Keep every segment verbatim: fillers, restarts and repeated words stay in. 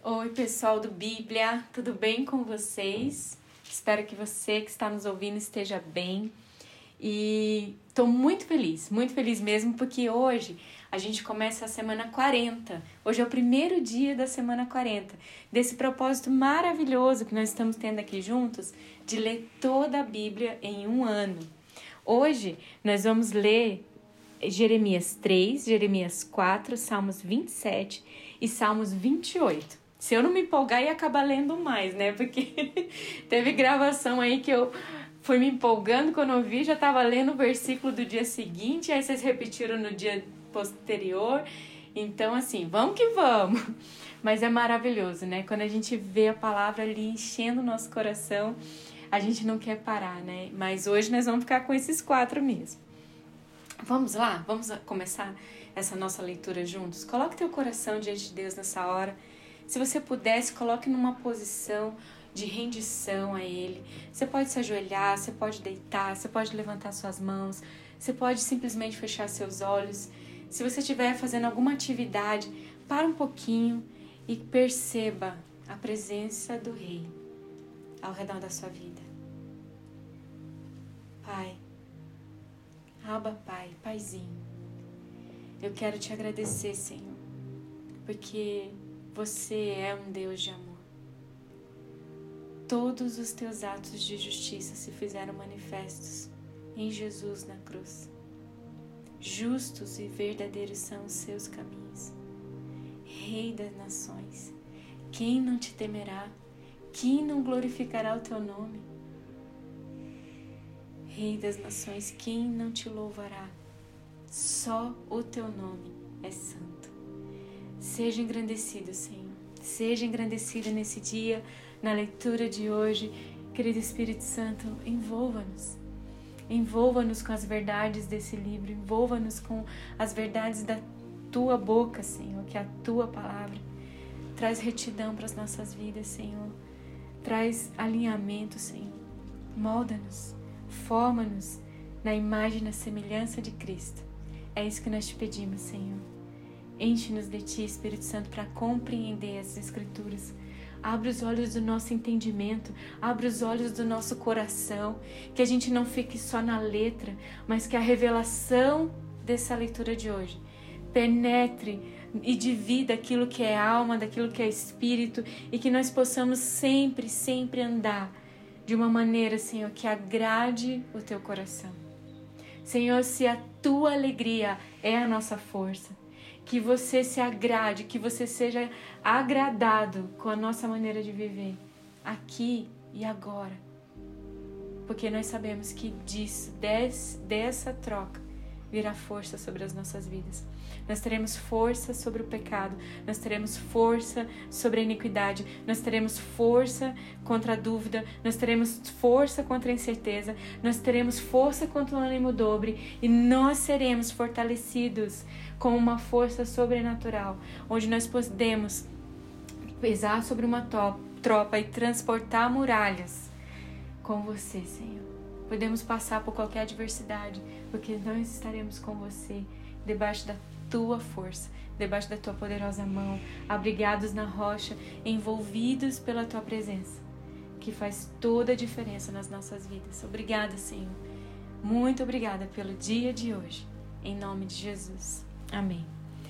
Oi, pessoal do Bíblia, tudo bem com vocês? Espero que você que está nos ouvindo esteja bem. E estou muito feliz, muito feliz mesmo, porque hoje a gente começa a semana quarenta. Hoje é o primeiro dia da semana quarenta, desse propósito maravilhoso que nós estamos tendo aqui juntos, de ler toda a Bíblia em um ano. Hoje nós vamos ler Jeremias três, Jeremias quatro, Salmos vinte e sete e Salmos vinte e oito. Se eu não me empolgar, ia acabar lendo mais, né? Porque teve gravação aí que eu fui me empolgando, quando eu vi, já estava lendo o versículo do dia seguinte, aí vocês repetiram no dia posterior. Então, assim, vamos que vamos. Mas é maravilhoso, né? Quando a gente vê a palavra ali enchendo o nosso coração, a gente não quer parar, né? Mas hoje nós vamos ficar com esses quatro mesmo. Vamos lá? Vamos começar essa nossa leitura juntos? Coloque teu coração diante de Deus nessa hora. Se você pudesse, coloque numa posição de rendição a Ele. Você pode se ajoelhar, você pode deitar, você pode levantar suas mãos, você pode simplesmente fechar seus olhos. Se você estiver fazendo alguma atividade, para um pouquinho e perceba a presença do Rei ao redor da sua vida. Pai, Abba, Pai, Paizinho, eu quero te agradecer, Senhor, porque você é um Deus de amor. Todos os teus atos de justiça se fizeram manifestos em Jesus na cruz. Justos e verdadeiros são os seus caminhos. Rei das nações, quem não te temerá? Quem não glorificará o teu nome? Rei das nações, quem não te louvará? Só o teu nome é santo. Seja engrandecido, Senhor. Seja engrandecido nesse dia, na leitura de hoje. Querido Espírito Santo, envolva-nos. Envolva-nos com as verdades desse livro. Envolva-nos com as verdades da tua boca, Senhor, que é a tua palavra. Traz retidão para as nossas vidas, Senhor. Traz alinhamento, Senhor. Molda-nos. Forma-nos na imagem e na semelhança de Cristo. É isso que nós te pedimos, Senhor. Enche-nos de ti, Espírito Santo, para compreender as Escrituras. Abre os olhos do nosso entendimento, abre os olhos do nosso coração, que a gente não fique só na letra, mas que a revelação dessa leitura de hoje penetre e divida aquilo que é alma, daquilo que é espírito, e que nós possamos sempre, sempre andar de uma maneira, Senhor, que agrade o teu coração. Senhor, se a tua alegria é a nossa força, que você se agrade, que você seja agradado com a nossa maneira de viver, aqui e agora. Porque nós sabemos que disso, des, dessa troca, virá força sobre as nossas vidas. Nós teremos força sobre o pecado, nós teremos força sobre a iniquidade, nós teremos força contra a dúvida, nós teremos força contra a incerteza, nós teremos força contra o ânimo dobre e nós seremos fortalecidos com uma força sobrenatural, onde nós podemos pesar sobre uma tropa e transportar muralhas com você, Senhor. Podemos passar por qualquer adversidade, porque nós estaremos com você, debaixo da tua força, debaixo da tua poderosa mão, abrigados na rocha, envolvidos pela tua presença, que faz toda a diferença nas nossas vidas. Obrigada, Senhor. Muito obrigada pelo dia de hoje. Em nome de Jesus. Amém.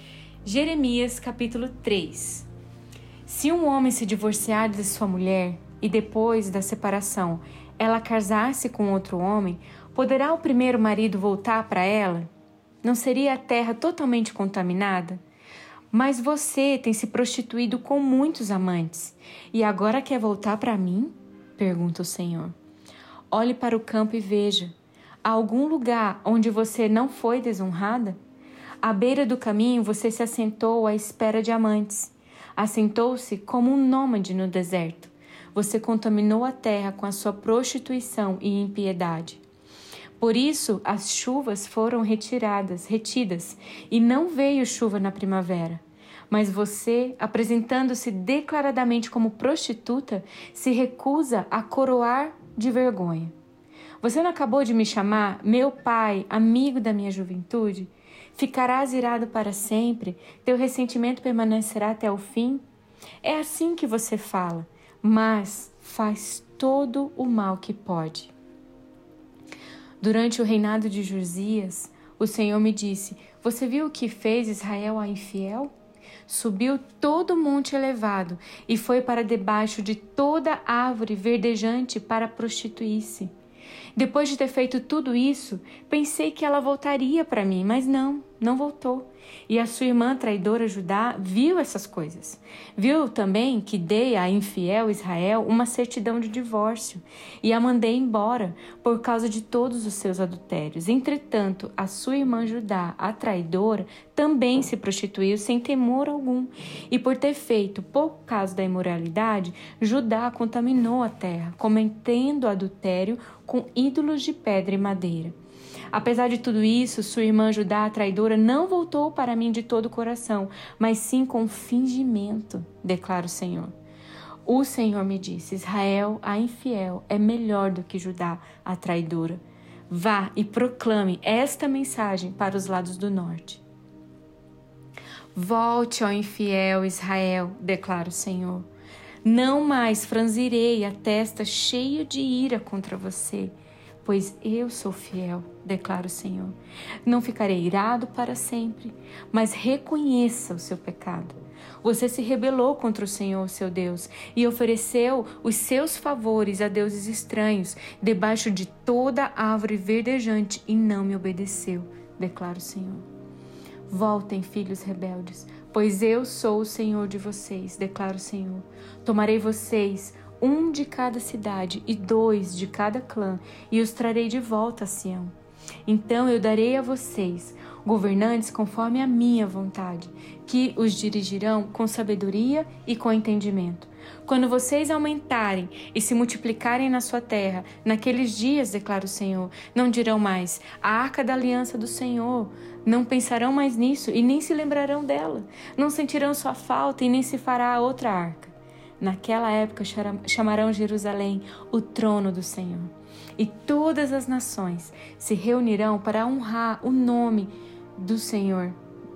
Jeremias capítulo três. Se um homem se divorciar de sua mulher e depois da separação ela casar-se com outro homem, poderá o primeiro marido voltar para ela? Não seria a terra totalmente contaminada? Mas você tem se prostituído com muitos amantes e agora quer voltar para mim? Pergunta o Senhor. Olhe para o campo e veja. Há algum lugar onde você não foi desonrada? À beira do caminho você se assentou à espera de amantes. Assentou-se como um nômade no deserto. Você contaminou a terra com a sua prostituição e impiedade. Por isso as chuvas foram retiradas, retidas, e não veio chuva na primavera. Mas você, apresentando-se declaradamente como prostituta, se recusa a coroar de vergonha. Você não acabou de me chamar, meu pai, amigo da minha juventude? Ficarás irado para sempre? Teu ressentimento permanecerá até o fim? É assim que você fala, mas faz todo o mal que pode. Durante o reinado de Josias, o Senhor me disse: você viu o que fez Israel a infiel? Subiu todo o monte elevado e foi para debaixo de toda árvore verdejante para prostituir-se. Depois de ter feito tudo isso, pensei que ela voltaria para mim, mas não, não voltou. E a sua irmã traidora Judá viu essas coisas. Viu também que dei à infiel Israel uma certidão de divórcio e a mandei embora por causa de todos os seus adultérios. Entretanto, a sua irmã Judá, a traidora, também se prostituiu sem temor algum. E por ter feito pouco caso da imoralidade, Judá contaminou a terra, cometendo adultério com ídolos de pedra e madeira. Apesar de tudo isso, sua irmã Judá, a traidora, não voltou para mim de todo o coração, mas sim com fingimento, declara o Senhor. O Senhor me disse: Israel, a infiel, é melhor do que Judá, a traidora. Vá e proclame esta mensagem para os lados do norte. Volte, ó infiel Israel, declara o Senhor. Não mais franzirei a testa cheia de ira contra você, pois eu sou fiel, declara o Senhor. Não ficarei irado para sempre, mas reconheça o seu pecado. Você se rebelou contra o Senhor, seu Deus, e ofereceu os seus favores a deuses estranhos, debaixo de toda árvore verdejante, e não me obedeceu, declara o Senhor. Voltem, filhos rebeldes, pois eu sou o Senhor de vocês, declara o Senhor. Tomarei vocês, um de cada cidade e dois de cada clã, e os trarei de volta a Sião. Então eu darei a vocês governantes conforme a minha vontade, que os dirigirão com sabedoria e com entendimento. Quando vocês aumentarem e se multiplicarem na sua terra, naqueles dias, declara o Senhor, não dirão mais: a arca da aliança do Senhor. Não pensarão mais nisso e nem se lembrarão dela. Não sentirão sua falta e nem se fará outra arca. Naquela época chamarão Jerusalém o trono do Senhor. E todas as nações se reunirão para honrar o nome do Senhor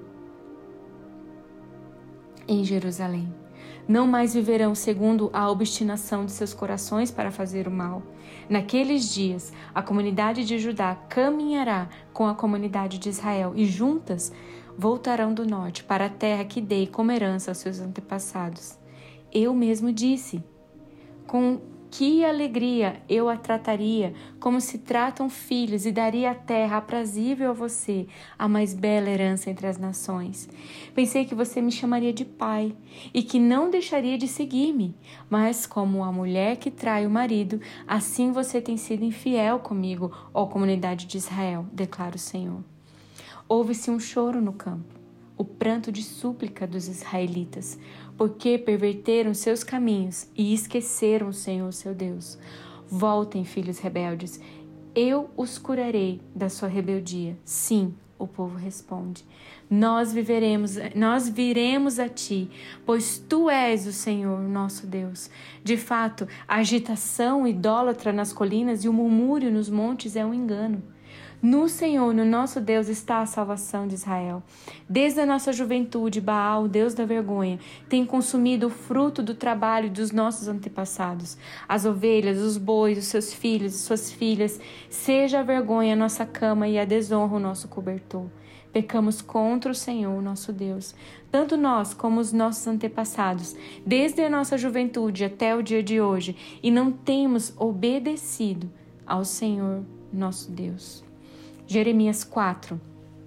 em Jerusalém. Não mais viverão segundo a obstinação de seus corações para fazer o mal. Naqueles dias, a comunidade de Judá caminhará com a comunidade de Israel e juntas voltarão do norte para a terra que dei como herança aos seus antepassados. Eu mesmo disse: com que alegria eu a trataria como se tratam filhos e daria a terra aprazível a você, a mais bela herança entre as nações. Pensei que você me chamaria de pai e que não deixaria de seguir-me, mas como a mulher que trai o marido, assim você tem sido infiel comigo, ó comunidade de Israel, declara o Senhor. Houve-se um choro no campo, o pranto de súplica dos israelitas, porque perverteram seus caminhos e esqueceram o Senhor, seu Deus. Voltem, filhos rebeldes, eu os curarei da sua rebeldia. Sim, o povo responde. Nós viveremos, nós viremos a ti, pois tu és o Senhor, nosso Deus. De fato, a agitação idólatra nas colinas e o murmúrio nos montes é um engano. No Senhor, no nosso Deus, está a salvação de Israel. Desde a nossa juventude, Baal, o Deus da vergonha, tem consumido o fruto do trabalho dos nossos antepassados. As ovelhas, os bois, os seus filhos e suas filhas, seja a vergonha a nossa cama e a desonra o nosso cobertor. Pecamos contra o Senhor, nosso Deus, tanto nós como os nossos antepassados, desde a nossa juventude até o dia de hoje, e não temos obedecido ao Senhor, nosso Deus. Jeremias quatro.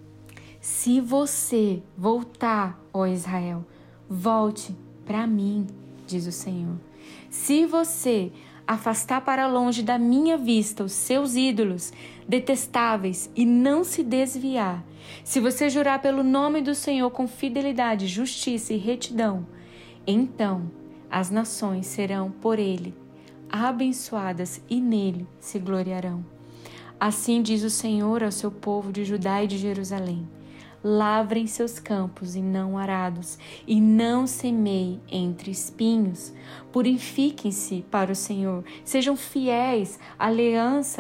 Se você voltar, ó Israel, volte para mim, diz o Senhor. Se você afastar para longe da minha vista os seus ídolos detestáveis e não se desviar, se você jurar pelo nome do Senhor com fidelidade, justiça e retidão, então as nações serão por ele abençoadas e nele se gloriarão. Assim diz o Senhor ao seu povo de Judá e de Jerusalém: lavrem seus campos e não arados, e não semeiem entre espinhos. Purifiquem-se para o Senhor, sejam fiéis à aliança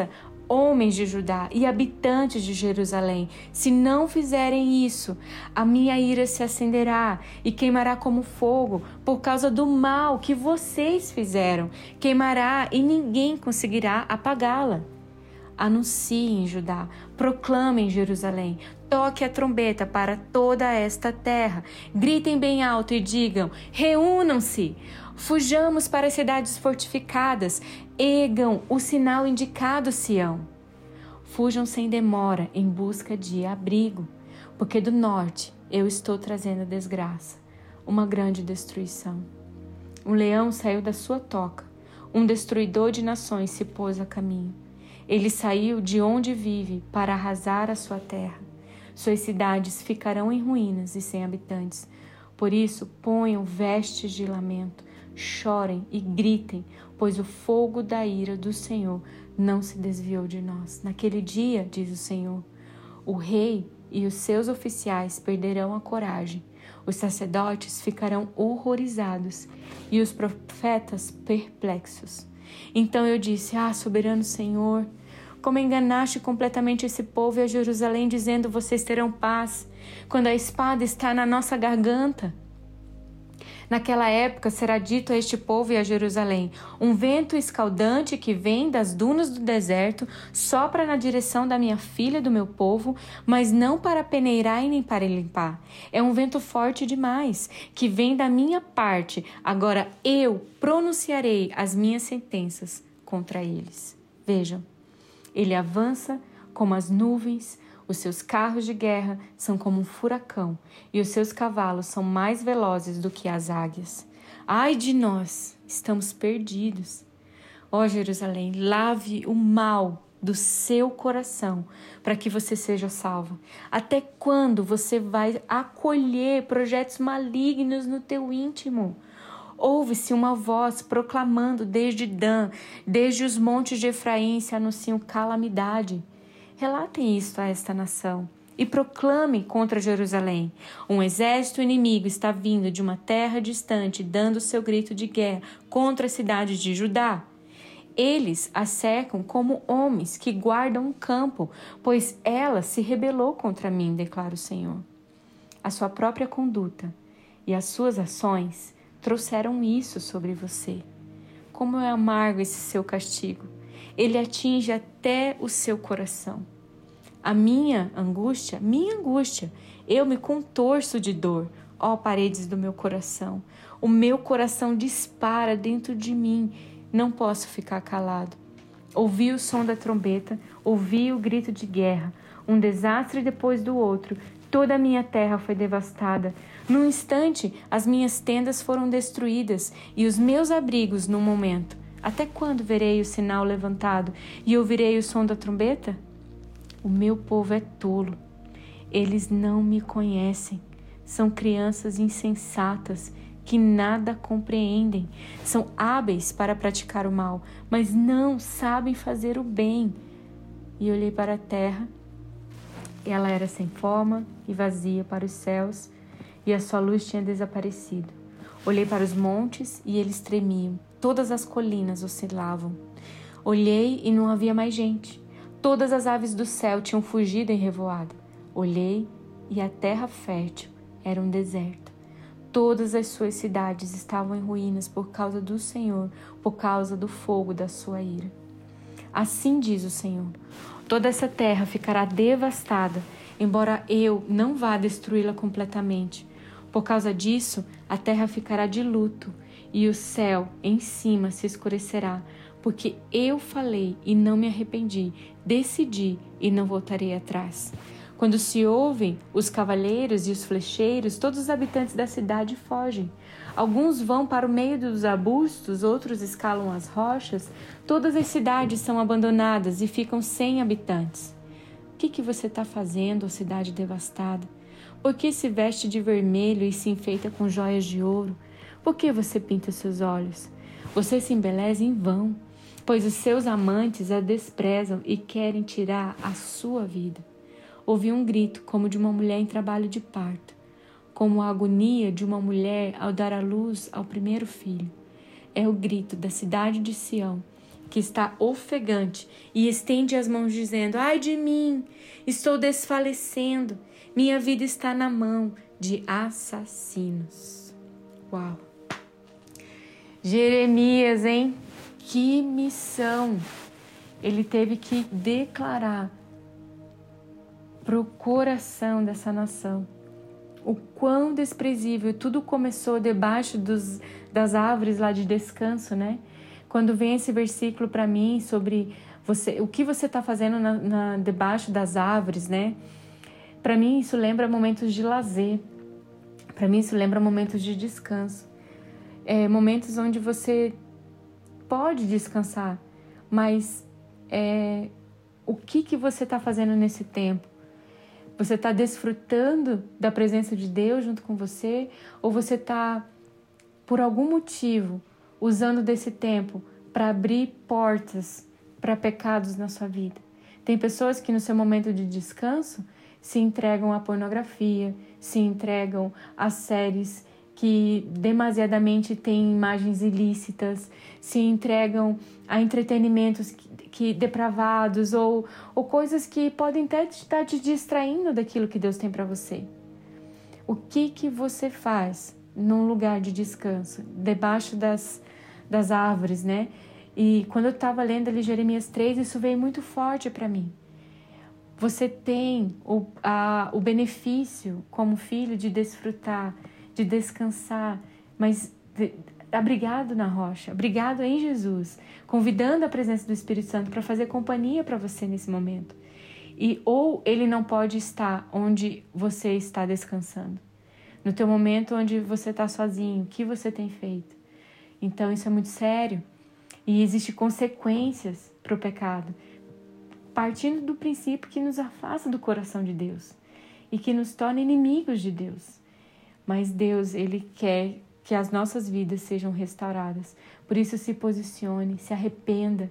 homens de Judá e habitantes de Jerusalém, se não fizerem isso, a minha ira se acenderá e queimará como fogo por causa do mal que vocês fizeram. Queimará e ninguém conseguirá apagá-la. Anunciem em Judá, proclamem em Jerusalém, toque a trombeta para toda esta terra, gritem bem alto e digam: reúnam-se, fujamos para as cidades fortificadas, ergam o sinal indicado, Sião. Fujam sem demora em busca de abrigo, porque do norte eu estou trazendo desgraça, uma grande destruição. Um leão saiu da sua toca, um destruidor de nações se pôs a caminho. Ele saiu de onde vive para arrasar a sua terra. Suas cidades ficarão em ruínas e sem habitantes. Por isso, ponham vestes de lamento, chorem e gritem, pois o fogo da ira do Senhor não se desviou de nós. Naquele dia, diz o Senhor, o rei e os seus oficiais perderão a coragem. Os sacerdotes ficarão horrorizados e os profetas perplexos. Então eu disse: ah, soberano Senhor, como enganaste completamente esse povo e a Jerusalém, dizendo: vocês terão paz, quando a espada está na nossa garganta. Naquela época será dito a este povo e a Jerusalém: um vento escaldante que vem das dunas do deserto sopra na direção da minha filha e do meu povo, mas não para peneirar e nem para limpar. É um vento forte demais, que vem da minha parte. Agora eu pronunciarei as minhas sentenças contra eles. Vejam, ele avança como as nuvens. Os seus carros de guerra são como um furacão, e os seus cavalos são mais velozes do que as águias. Ai de nós, estamos perdidos. Ó Jerusalém, lave o mal do seu coração, para que você seja salvo. Até quando você vai acolher projetos malignos no teu íntimo? Ouve-se uma voz proclamando desde Dan, desde os montes de Efraim se anunciam calamidade. Relatem isto a esta nação e proclamem contra Jerusalém. Um exército inimigo está vindo de uma terra distante, dando seu grito de guerra contra a cidade de Judá. Eles a cercam como homens que guardam um campo, pois ela se rebelou contra mim, declara o Senhor. A sua própria conduta e as suas ações trouxeram isso sobre você. Como é amargo esse seu castigo! Ele atinge até o seu coração. A minha angústia, minha angústia, eu me contorço de dor, ó paredes do meu coração. O meu coração dispara dentro de mim, não posso ficar calado. Ouvi o som da trombeta, ouvi o grito de guerra, um desastre depois do outro. Toda a minha terra foi devastada. Num instante, as minhas tendas foram destruídas e os meus abrigos num momento. Até quando verei o sinal levantado e ouvirei o som da trombeta? O meu povo é tolo. Eles não me conhecem. São crianças insensatas que nada compreendem. São hábeis para praticar o mal, mas não sabem fazer o bem. E olhei para a terra. Ela era sem forma e vazia para os céus, e a sua luz tinha desaparecido. Olhei para os montes e eles tremiam. Todas as colinas oscilavam. Olhei e não havia mais gente. Todas as aves do céu tinham fugido em revoada. Olhei e a terra fértil era um deserto. Todas as suas cidades estavam em ruínas por causa do Senhor, por causa do fogo da sua ira. Assim diz o Senhor: toda essa terra ficará devastada, embora eu não vá destruí-la completamente. Por causa disso, a terra ficará de luto, e o céu em cima se escurecerá, porque eu falei e não me arrependi, decidi e não voltarei atrás. Quando se ouvem os cavaleiros e os flecheiros, todos os habitantes da cidade fogem. Alguns vão para o meio dos arbustos, outros escalam as rochas. Todas as cidades são abandonadas e ficam sem habitantes. O que, que você está fazendo, ó cidade devastada? Por que se veste de vermelho e se enfeita com joias de ouro? Por que você pinta seus olhos? Você se embeleza em vão, pois os seus amantes a desprezam e querem tirar a sua vida. Ouvi um grito como de uma mulher em trabalho de parto, como a agonia de uma mulher ao dar à luz ao primeiro filho. É o grito da cidade de Sião, que está ofegante e estende as mãos dizendo: ai de mim, estou desfalecendo, minha vida está na mão de assassinos. Uau! Jeremias, hein? Que missão ele teve que declarar para o coração dessa nação. O quão desprezível tudo começou debaixo dos, das árvores lá de descanso, né? Quando vem esse versículo para mim sobre você, o que você está fazendo na, na, debaixo das árvores, né? Para mim isso lembra momentos de lazer. Para mim isso lembra momentos de descanso. É, momentos onde você pode descansar, mas é, o que, que você está fazendo nesse tempo? Você está desfrutando da presença de Deus junto com você? Ou você está, por algum motivo, usando desse tempo para abrir portas para pecados na sua vida? Tem pessoas que no seu momento de descanso se entregam à pornografia, se entregam a séries que demasiadamente têm imagens ilícitas, se entregam a entretenimentos que, que depravados ou, ou coisas que podem até estar te distraindo daquilo que Deus tem para você. O que, que você faz num lugar de descanso, debaixo das, das árvores, né? E quando eu estava lendo ali Jeremias três, isso veio muito forte para mim. Você tem o, a, o benefício como filho de desfrutar, de descansar, mas de, abrigado na rocha, abrigado em Jesus, convidando a presença do Espírito Santo para fazer companhia para você nesse momento. E ou ele não pode estar onde você está descansando, no teu momento onde você está sozinho, o que você tem feito? Então isso é muito sério e existem consequências para o pecado, partindo do princípio que nos afasta do coração de Deus e que nos torna inimigos de Deus. Mas Deus, Ele quer que as nossas vidas sejam restauradas. Por isso se posicione, se arrependa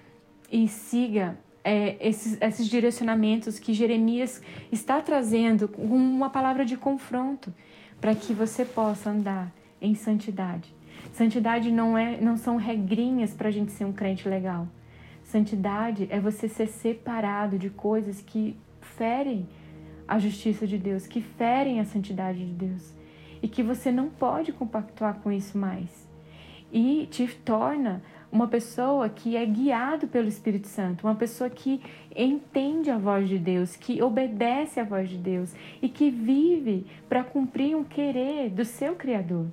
e siga é, esses, esses direcionamentos que Jeremias está trazendo com uma palavra de confronto para que você possa andar em santidade. Santidade não, é, não são regrinhas para a gente ser um crente legal. Santidade é você ser separado de coisas que ferem a justiça de Deus, que ferem a santidade de Deus. E que você não pode compactuar com isso mais. E te torna uma pessoa que é guiado pelo Espírito Santo, uma pessoa que entende a voz de Deus, que obedece à voz de Deus e que vive para cumprir um querer do seu Criador.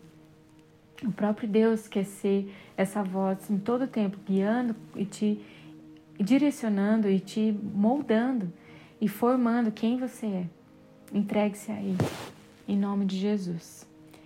O próprio Deus quer ser essa voz em todo o tempo, guiando e te direcionando e te moldando e formando quem você é. Entregue-se a Ele. Em nome de Jesus.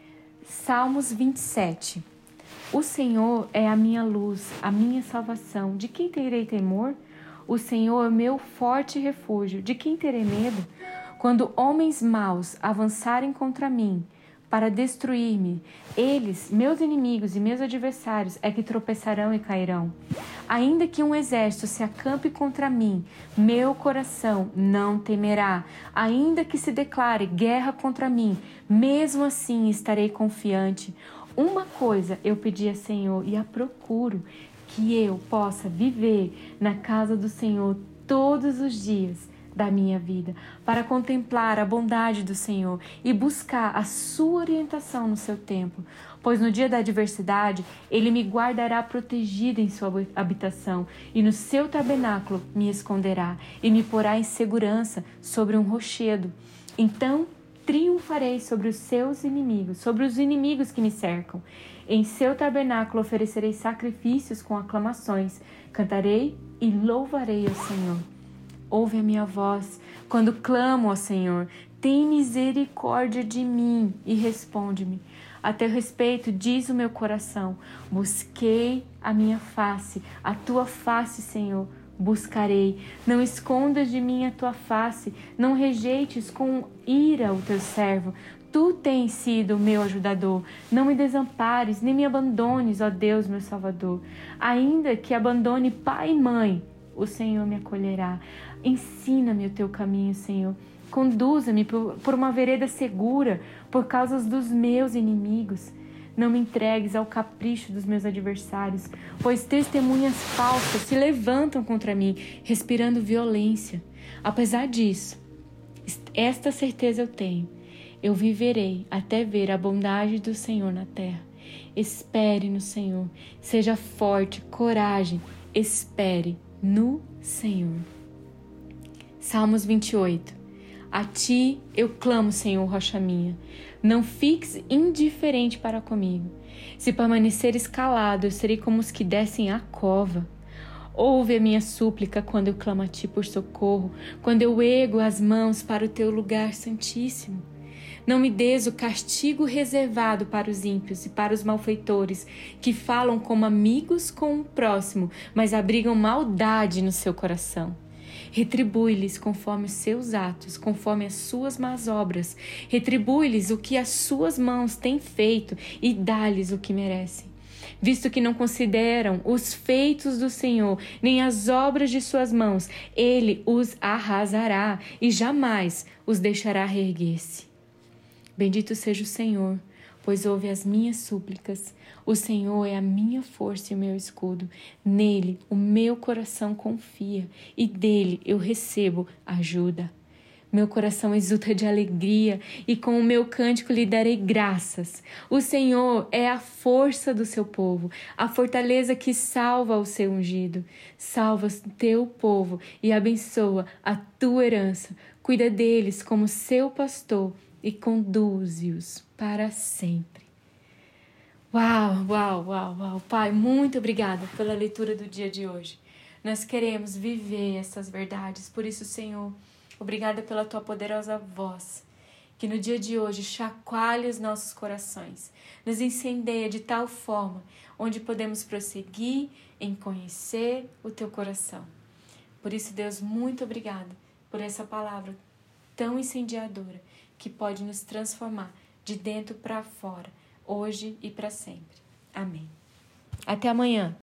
Salmos vinte e sete. O Senhor é a minha luz, a minha salvação. De quem terei temor? O Senhor é meu forte refúgio. De quem terei medo? Quando homens maus avançarem contra mim para destruir-me, eles, meus inimigos e meus adversários, é que tropeçarão e cairão. Ainda que um exército se acampe contra mim, meu coração não temerá. Ainda que se declare guerra contra mim, mesmo assim estarei confiante. Uma coisa eu pedi a Senhor e a procuro, que eu possa viver na casa do Senhor todos os dias da minha vida, para contemplar a bondade do Senhor e buscar a sua orientação no seu templo. Pois no dia da adversidade, Ele me guardará protegida em sua habitação, e no seu tabernáculo me esconderá, e me porá em segurança sobre um rochedo. Então triunfarei sobre os seus inimigos, sobre os inimigos que me cercam. Em seu tabernáculo oferecerei sacrifícios com aclamações, cantarei e louvarei ao Senhor. Ouve a minha voz quando clamo ao Senhor. Tem misericórdia de mim e responde-me. A teu respeito diz o meu coração. Busquei a minha face, a tua face, Senhor, buscarei. Não escondas de mim a tua face, não rejeites com ira o teu servo. Tu tens sido o meu ajudador. Não me desampares, nem me abandones, ó Deus, meu Salvador. Ainda que abandone pai e mãe, o Senhor me acolherá. Ensina-me o teu caminho, Senhor. Conduza-me por uma vereda segura por causa dos meus inimigos. Não me entregues ao capricho dos meus adversários, pois testemunhas falsas se levantam contra mim, respirando violência. Apesar disso, esta certeza eu tenho: eu viverei até ver a bondade do Senhor na terra. Espere no Senhor, seja forte, coragem, espere no Senhor. Salmos vinte e oito. A ti eu clamo, Senhor, rocha minha. Não fiques indiferente para comigo. Se permaneceres calado, eu serei como os que descem à cova. Ouve a minha súplica quando eu clamo a ti por socorro, quando eu ergo as mãos para o teu lugar santíssimo. Não me des o castigo reservado para os ímpios e para os malfeitores, que falam como amigos com o próximo, mas abrigam maldade no seu coração. Retribui-lhes conforme os seus atos, conforme as suas más obras. Retribui-lhes o que as suas mãos têm feito e dá-lhes o que merecem. Visto que não consideram os feitos do Senhor, nem as obras de suas mãos, ele os arrasará e jamais os deixará reerguer-se. Bendito seja o Senhor, pois ouve as minhas súplicas. O Senhor é a minha força e o meu escudo. Nele o meu coração confia e dele eu recebo ajuda. Meu coração exulta de alegria e com o meu cântico lhe darei graças. O Senhor é a força do seu povo, a fortaleza que salva o seu ungido. Salva o teu povo e abençoa a tua herança. Cuida deles como seu pastor e conduze-os para sempre. Uau, uau, uau, uau. Pai, muito obrigada pela leitura do dia de hoje. Nós queremos viver essas verdades. Por isso, Senhor, obrigada pela tua poderosa voz, que no dia de hoje chacoalhe os nossos corações, nos incendeia de tal forma onde podemos prosseguir em conhecer o teu coração. Por isso, Deus, muito obrigada por essa palavra tão incendiadora que pode nos transformar de dentro para fora, hoje e para sempre. Amém. Até amanhã.